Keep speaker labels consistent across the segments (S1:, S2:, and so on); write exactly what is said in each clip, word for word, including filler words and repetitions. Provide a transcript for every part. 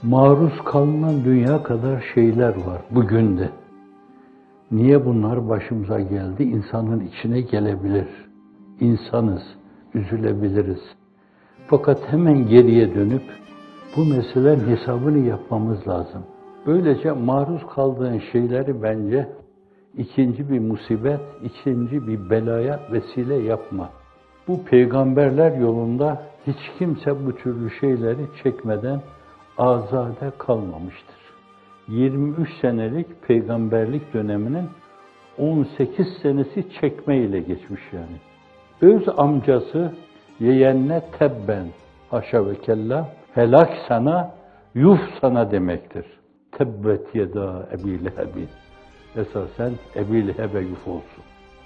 S1: Maruz kalınan dünya kadar şeyler var bugün de. Niye bunlar başımıza geldi? İnsanın içine gelebilir. İnsanız, üzülebiliriz. Fakat hemen geriye dönüp bu meselenin hesabını yapmamız lazım. Böylece maruz kaldığın şeyleri bence ikinci bir musibet, ikinci bir belaya vesile yapma. Bu peygamberler yolunda hiç kimse bu türlü şeyleri çekmeden azade kalmamıştır. yirmi üç senelik peygamberlik döneminin on sekiz senesi çekmeyle geçmiş yani. Öz amcası yeğenine tebben, haşa ve kella, helak sana, yuh sana demektir. Tebbet yeda Ebi Leheb'in. Esasen Ebi Leheb'e yuf olsun.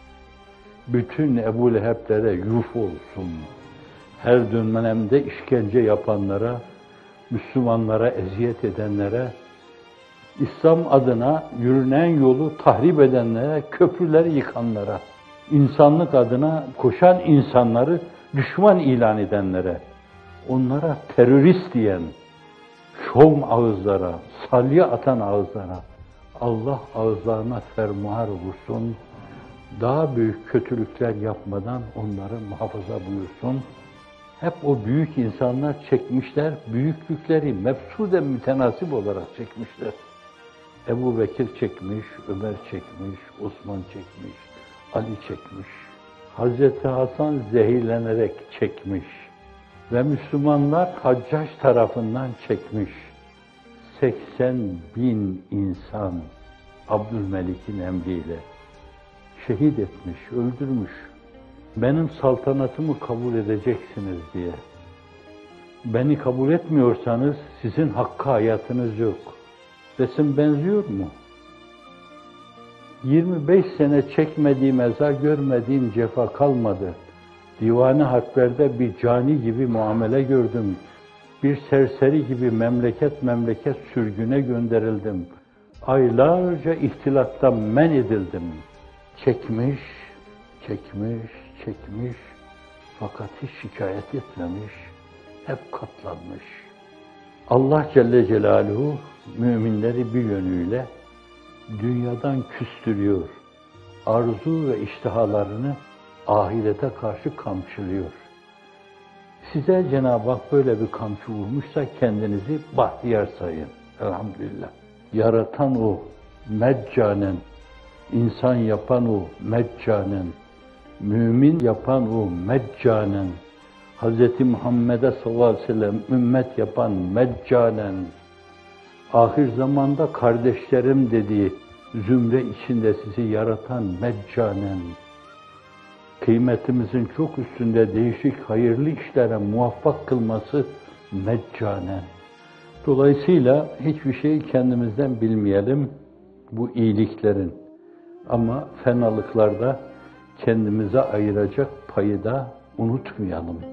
S1: Bütün Ebu Leheb'lere yuf olsun. Her dönemde işkence yapanlara, Müslümanlara eziyet edenlere, İslam adına yürünen yolu tahrip edenlere, köprüleri yıkanlara, insanlık adına koşan insanları düşman ilan edenlere, onlara terörist diyen, şom ağızlara, salya atan ağızlara, Allah ağızlarına fermuar vursun, daha büyük kötülükler yapmadan onları muhafaza buyursun. Hep o büyük insanlar çekmişler, büyüklükleri mefsuden mütenasip olarak çekmişler. Ebu Bekir çekmiş, Ömer çekmiş, Osman çekmiş, Ali çekmiş. Hazreti Hasan zehirlenerek çekmiş ve Müslümanlar Haccac tarafından çekmiş. seksen bin insan Abdülmelik'in emriyle şehit etmiş, öldürmüş. Benim saltanatımı kabul edeceksiniz diye. Beni kabul etmiyorsanız sizin hakkı hayatınız yok. Resim benziyor mu? yirmi beş sene çekmediğim eza, görmediğim cefa kalmadı. Divane harplerde bir cani gibi muamele gördüm. Bir serseri gibi memleket memleket sürgüne gönderildim. Aylarca ihtilattan men edildim. Çekmiş, çekmiş, çekmiş. Fakat hiç şikayet etmemiş. Hep katlanmış. Allah Celle Celaluhu müminleri bir yönüyle dünyadan küstürüyor. Arzu ve iştihalarını ahirete karşı kamçılıyor. Size Cenab-ı Hak böyle bir kamçı vurmuşsa kendinizi bahtiyar sayın. Elhamdülillah. Yaratan o, meccanen, insan yapan o, meccanen, mümin yapan o, meccanen, Hz. Muhammed'e sallallahu aleyhi ve sellem ümmet yapan meccanen, ahir zamanda kardeşlerim dediği zümre içinde sizi yaratan meccanen, kıymetimizin çok üstünde değişik hayırlı işlere muvaffak kılması meccanen. Dolayısıyla hiçbir şey kendimizden bilmeyelim bu iyiliklerin. Ama fenalıklarda kendimize ayıracak payı da unutmayalım.